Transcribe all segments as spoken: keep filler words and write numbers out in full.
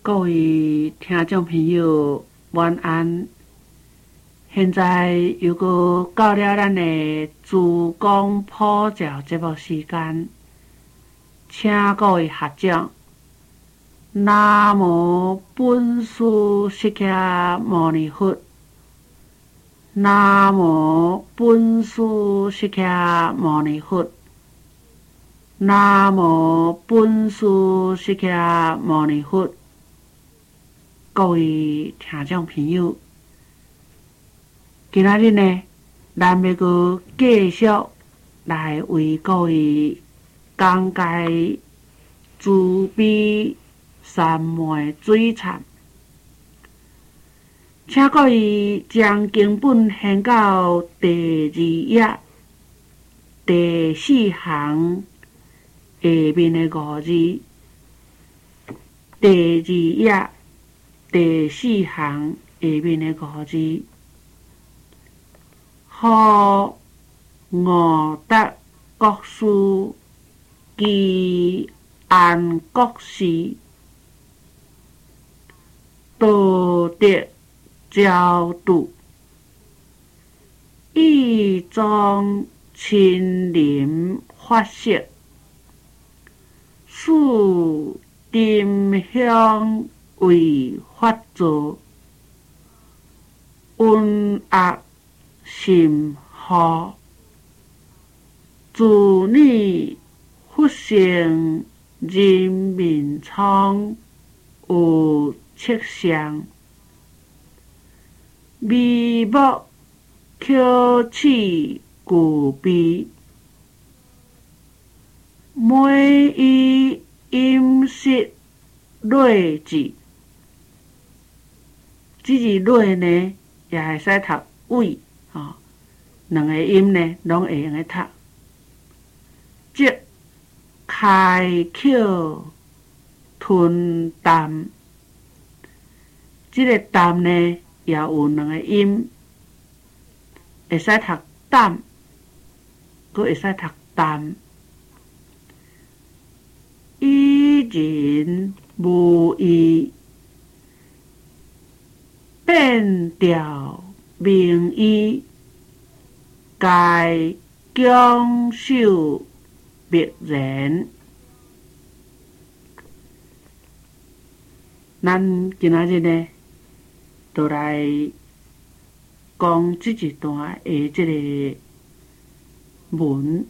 各位听众朋友，晚安。现在又搁到了咱的自讲普教节目时间，请各位学长，南无本师释迦牟尼佛，南无本师释迦牟尼佛，南无本师释迦牟尼佛。各位听众朋友，今仔日呢，咱要搁继续来为各位讲解慈悲三昧水忏，请各位将经本掀到第二页第四行下面的五字，第二页第四行下面的五字，好我得国师及安国事，道德教导，义庄亲临发色，树丁香为法座，恩恶心好，祝你福生人民仓有七相，眉目口齿具备，每以饮食类字。这字类呢，也会使读胃，吼，两个音呢，拢会用个读。即开口吞啖，这个啖呢，也有两个音，会使读啖，佮会使读啖。以人无义，变调名医，该强守别人。咱今仔日呢，就来讲这一段的这个文。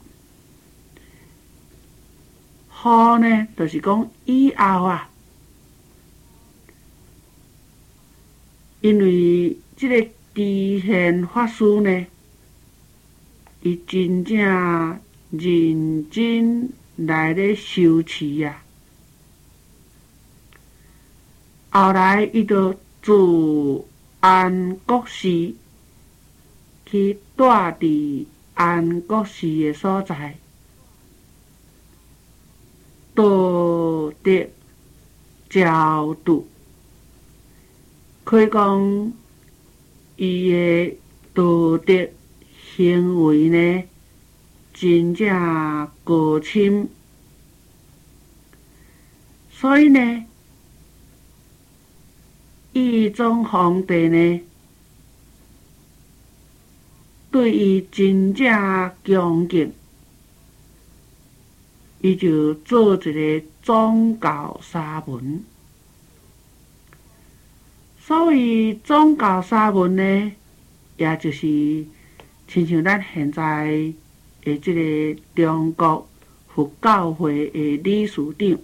好呢，就是讲以后啊，因为这个知现法师呢，伊真正认真来咧修持啊。后来伊就自安国寺去住伫安国寺的所在。道德教导，可以讲伊的道德行为呢，真正高深，所以呢，义宗皇帝呢，对伊真正恭敬。伊就做一个宗教沙文，所谓宗教沙文呢，也就是亲像咱现在的这个中国佛教会的理事长。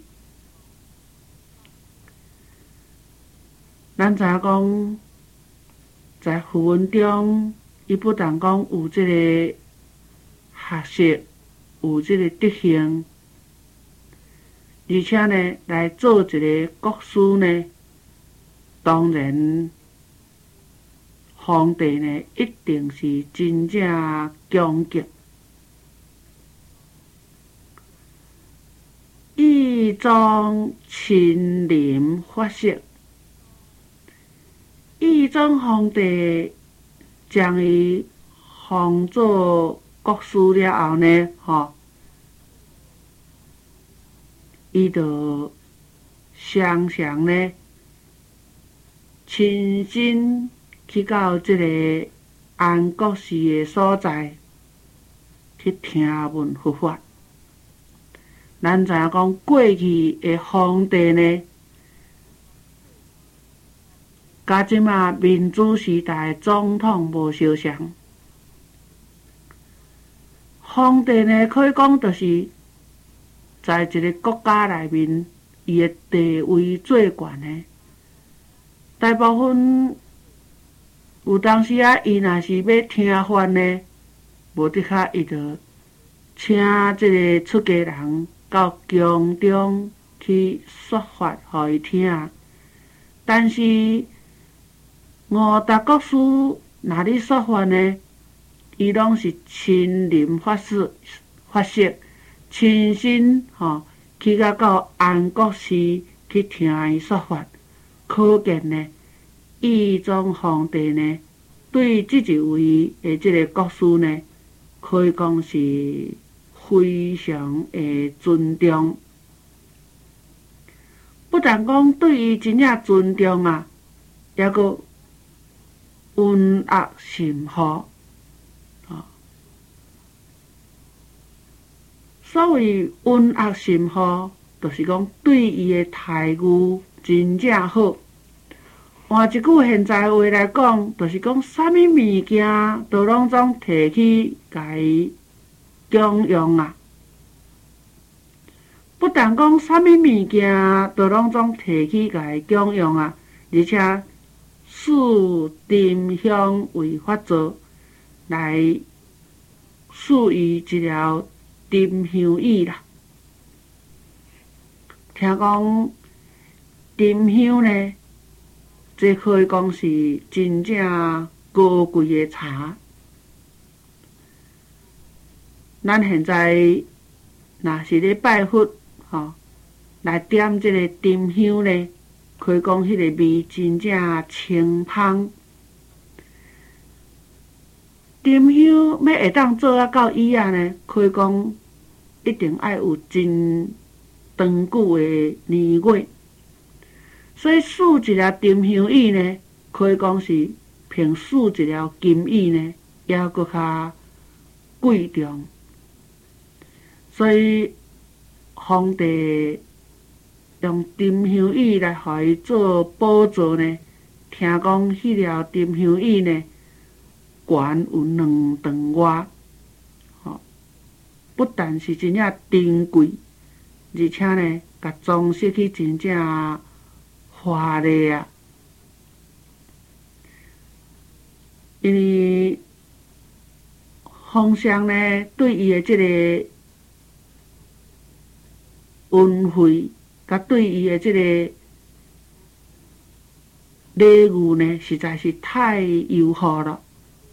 咱知影讲，在佛文中，伊不但讲有这个学识，有这个德行。而且呢，来做一个国师呢，当然，皇帝呢一定是真正恭敬。义宗亲临发色，义宗皇帝将伊封做国师了后呢，吼。伊就常常呢亲身去到即个安国寺的所在去听闻佛法。咱知影讲过去的皇帝呢，甲即马民主时代的总统无相像。皇帝呢，可以讲就是在一个国家内面，伊的地位最悬的。大部分有当时啊，伊若是要听法呢，无得较伊就请即个出家人到宫中去说法，互伊听。但是五达国师若咧说法呢，伊拢是亲临法师法室，亲身吼去甲到安国寺去听伊说法。可见呢，懿宗皇帝呢，对即一位的即个国师呢，可以讲是非常的尊重。不但讲对伊真正尊重啊，抑阁温压甚好。啊，所谓温压甚好，就是讲对伊的待遇真正好。换一句现在话来讲，就是讲啥物物件都拢总摕去甲伊供用啊。不但讲啥物物件都拢总摕去甲伊供用啊，而且视丁香为法座，来赐伊一条丁香椅啦。听讲丁香呢，这可以讲是真正高贵的茶。咱现在若是咧拜佛，吼，来点这个丁香呢，可以讲迄个味真正清芳。丁香要会当做啊到以啊呢，可以讲一定爱有真长久的年月。所以赐一粒丁香椅呢，可以讲是凭赐一粒金椅呢，也搁较贵重。所以皇帝用丁香椅来互伊做宝座呢，听讲迄条丁香椅呢，悬有两丈外，吼，不但是真正珍贵，而且呢，甲装饰去真正华丽啊！因为皇上呢，对伊的即个恩惠，甲对伊的即个礼遇呢，实在是太友好了。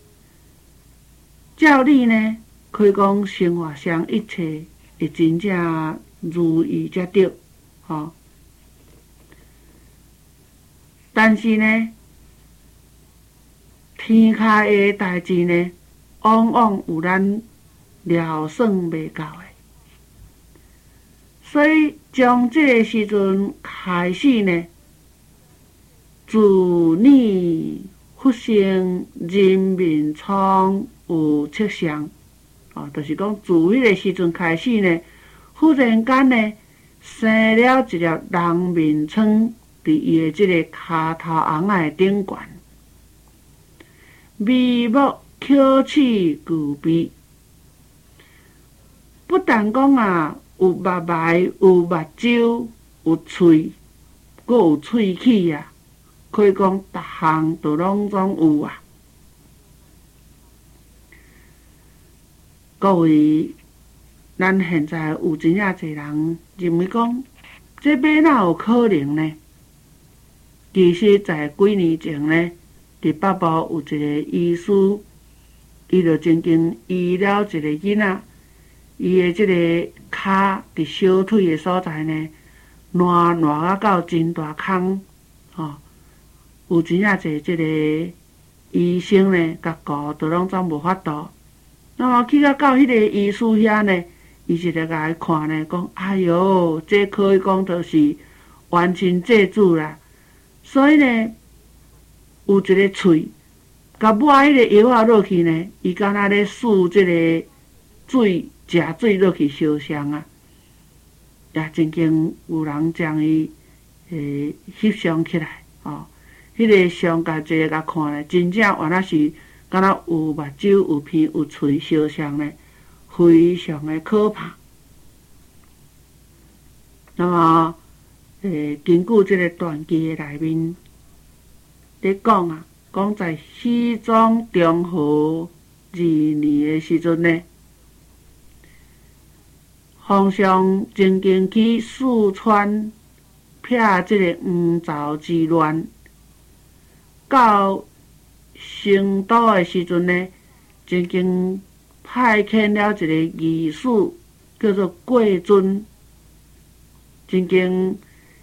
照理呢，可以讲生活上一切会真正如意才对，吼。但是呢，天下的代志呢，往往有咱料算袂到的。所以从这个时阵开始呢，自你复兴，人民创有迹象，哦，就是讲自迄个时阵开始呢，忽然间呢，生了一粒人民疮。伫伊的即个骹头红仔的顶悬，眉目口齿具备，不但讲啊有目眉、有目睭、有喙，阁有喙齿啊，可以讲逐项都拢总有啊。各位，咱现在有真正侪人认为讲，这要哪有可能呢？其实，在几年前呢，伫北部有一个医师，伊就曾经医了一个囡仔，伊的即个骹伫小腿的所在呢，烂烂啊到真大孔，吼、哦，有真正侪即个医生呢，甲顾都拢总无法度。那么去到到迄个医师遐呢，伊就来甲伊看呢，讲，哎哟，这可以讲就是完全制止啦。所以呢， 有一个喙，甲抹迄个药仔落去呢，伊敢若咧输即个水，食水落去烧香啊。也真经有人将伊诶翕相起来，哦，迄、那个相甲一个甲看咧，真正原来是敢若有目睭、有鼻、有喙烧香咧，非常的可怕。那么，诶，根据即个传记的内面咧讲啊，讲在西庄中和二年的时阵呢，皇上曾经去四川撇即个黄巢之乱，到成都的时阵呢，曾经派遣了一个义士叫做桂尊，曾经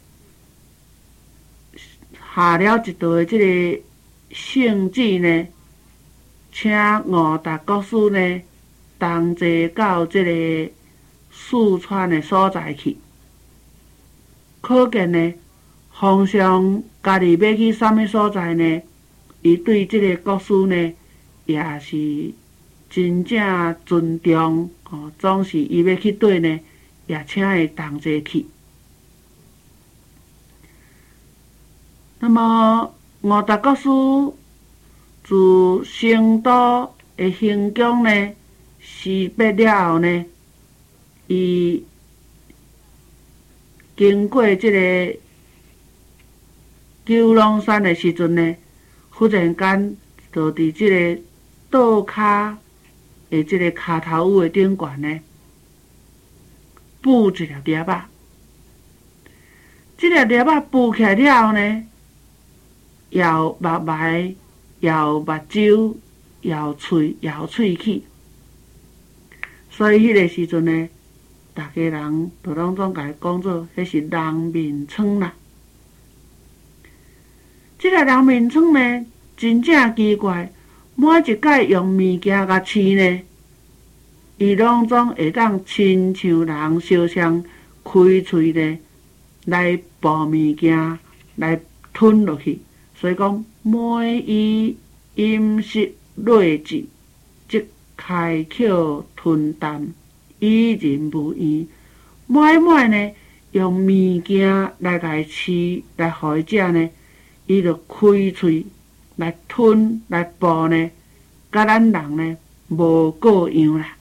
下了一道的即个圣旨呢，请五达国师呢同齐到即个四川的所在去。可见呢，皇上家己要去什么所在呢？伊对即个国师呢，也是真正尊重哦，总是伊要去对呢，也请伊同齐去。那么五达国师自成都的行宫呢辞别了后呢，伊经过即个九龙山的时阵呢，忽然间就伫即个倒骹的即个骹头屋的顶悬呢，布一粒粒仔。即粒粒仔布起来了后呢，摇目眉、摇目睭、摇喙、摇喙齿，所以迄个时阵呢，逐家人都拢总甲伊讲做，迄是人面疮啦。即个人面疮呢，真正奇怪，每一摆用物件甲饲呢，伊拢总会当亲像人烧香开喙呢，来捕物件来吞落去。所以讲，每以饮食类治，即开口吞啖，以人无厌。每每呢，用物件来甲伊饲，来互伊食呢，伊就开喙来吞来捕呢，甲咱人呢无个样啦。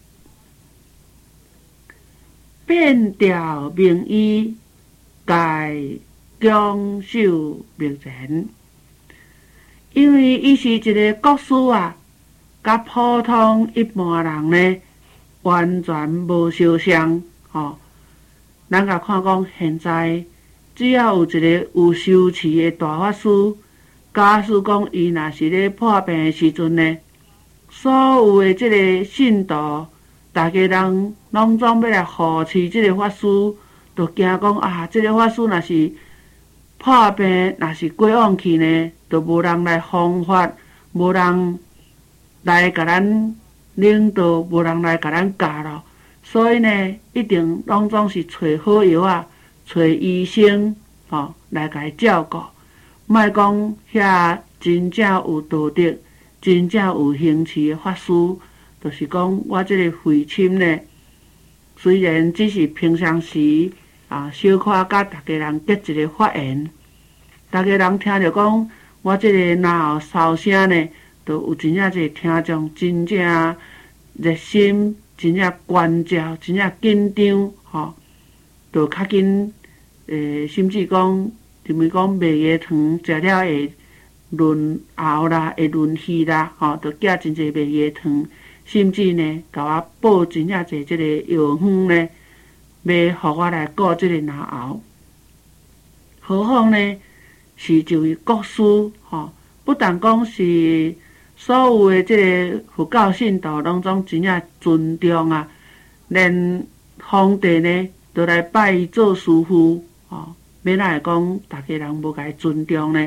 变调名医，盖强手明人，因为伊是一个国师啊，甲普通一般人呢完全无相像吼。咱甲看讲，现在只要有一个有修持的大法师，假使讲伊若是咧破病的时阵呢，所有的即个信徒，大家人拢总要来护持即个法师，就惊讲啊，即、这个法师若是破病，若是过往去呢，就无人来弘法，无人来甲咱领导，无人来甲咱教咯。所以呢，一定拢总是找好药啊，找医生吼、哦、来甲伊照顾。莫讲遐真正有道德、真正有行持的法师，就是讲我即个慧亲呢，虽然只是平常时啊，小可甲大家人结一个法缘，大家人听着讲我即个若有烧声呢，就有真正一个听众真正热心，真正关照，真正紧张吼，就较紧诶，甚至讲，因为讲麦芽糖食了会润喉啦，会润气啦，吼，就寄真济麦芽糖，甚至呢，甲我报真正济即个药方呢，要互我来顾即个牙喉。何况呢，是一位国师吼，不但讲是所有的即个佛教信徒拢总真正尊重啊，连皇帝呢都来拜伊做师父吼，免哪会讲大家人无甲伊尊重呢？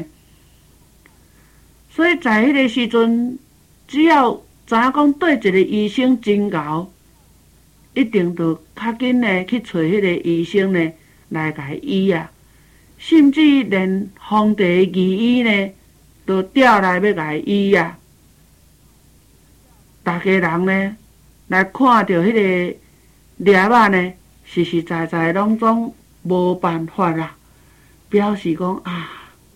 所以在迄个时阵，只要知影讲对一个医生真敖，一定就较紧呢去找迄个医生呢来甲伊医啊，甚至连皇帝的御医呢， 都调来要甲伊医啊。大家人呢来看到迄个粒仔呢，实实在在拢总无办法啦，表示讲啊，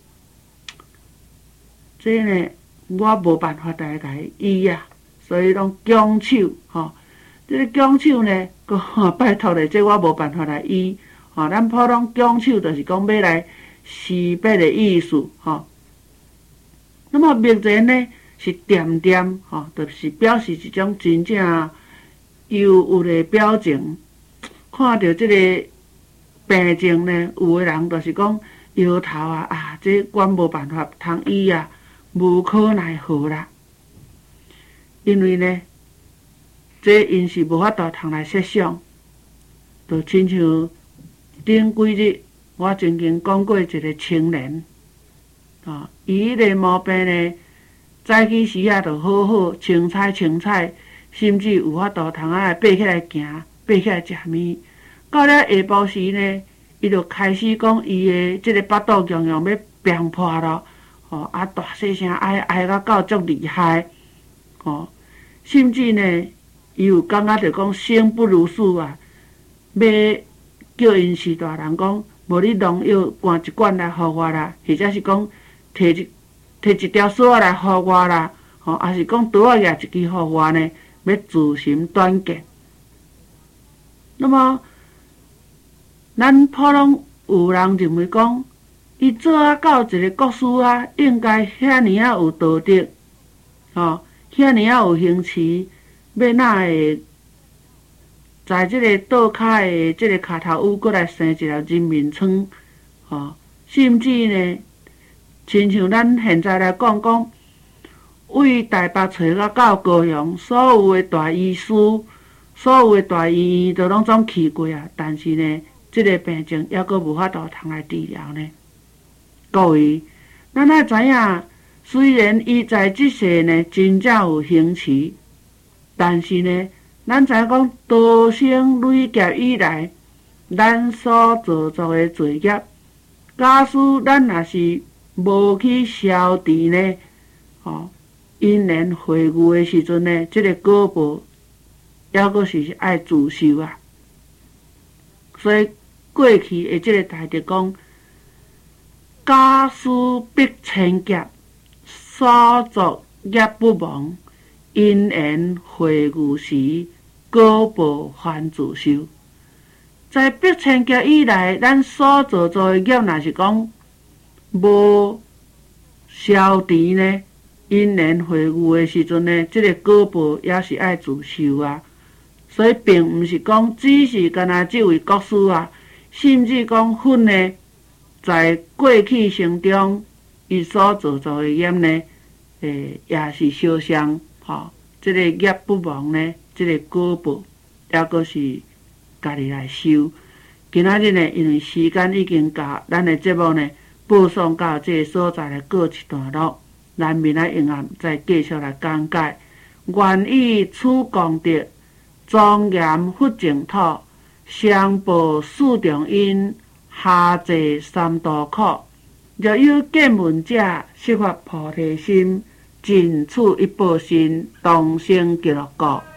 这呢我无办法来甲伊医啊，所以拢拱手吼。这个拱手呢，讲拜托咧，这我无办法来医。吼，咱普通拱手就是讲要来施法的意思吼。那么目前呢是点点吼，就是表示一种真正忧郁的表情。看到这个病症呢，有的人就是讲摇头啊啊，这我无办法通医啊，无可奈何啦。因为呢，这因是无法度通来设想，就亲像顶几日我曾经讲过一个青年，啊，伊迄个毛病呢，早起时啊，就好好清菜清菜，甚至有法度通啊来爬起来行，爬起来食面。到了下晡时呢，伊就开始讲伊的即个巴肚痒痒要病破咯，吼、哦、啊大细声哀哀到到足厉害，吼、哦，甚至呢，伊有感觉着讲生不如死啊，要叫因是大人讲，无你农药灌一罐来互我啦，或者是讲摕一摕一条锁来互我啦，吼、哦，还是讲刀仔举一支互我呢，要自寻短见。那么，咱普通有人认为讲，伊做啊到一个国师啊，应该遐尼啊有道德，吼，遐尼啊有行持，要哪会？在即个倒骹的即个骹头屋，过来生一粒人民疮，吼、哦，甚至呢，亲像咱现在来讲讲，为台北找到到高雄，所有的大医师，所有的大医院都拢总去过啊，但是呢，即、这个病症还阁无法度通来治疗呢。各位，咱爱知影，虽然伊在即世呢真正有行持，但是呢。咱知影讲，多生累劫以来，咱所做作的罪业，假使咱若是无去消除呢，吼，因缘会遇的时阵呢，即、这个果报，还阁是爱自受啊。所以过去的即个大德讲，假使必千劫，所作业不忘。因缘会遇时，果报还自受。在百千劫以来，咱所做做的业，若是讲无消除呢，因缘会遇的时阵呢，即、这个果报也是爱自受啊。所以，并毋是讲只是干那即位国师啊，甚至讲阮呢，在过去生中，伊所做做的业呢，诶，也是相像。吼、哦，即、这个业不忘呢，即、这个果报，还阁是家己来受。今仔日呢，因为时间已经到，咱的节目呢，播送到这个所在来告一段落。咱明仔用暗再继续来讲解。愿以此功德，庄严佛净土，上报四重因，下济三途苦。若有见闻者，悉发菩提心。尽此一报身，同生极乐国。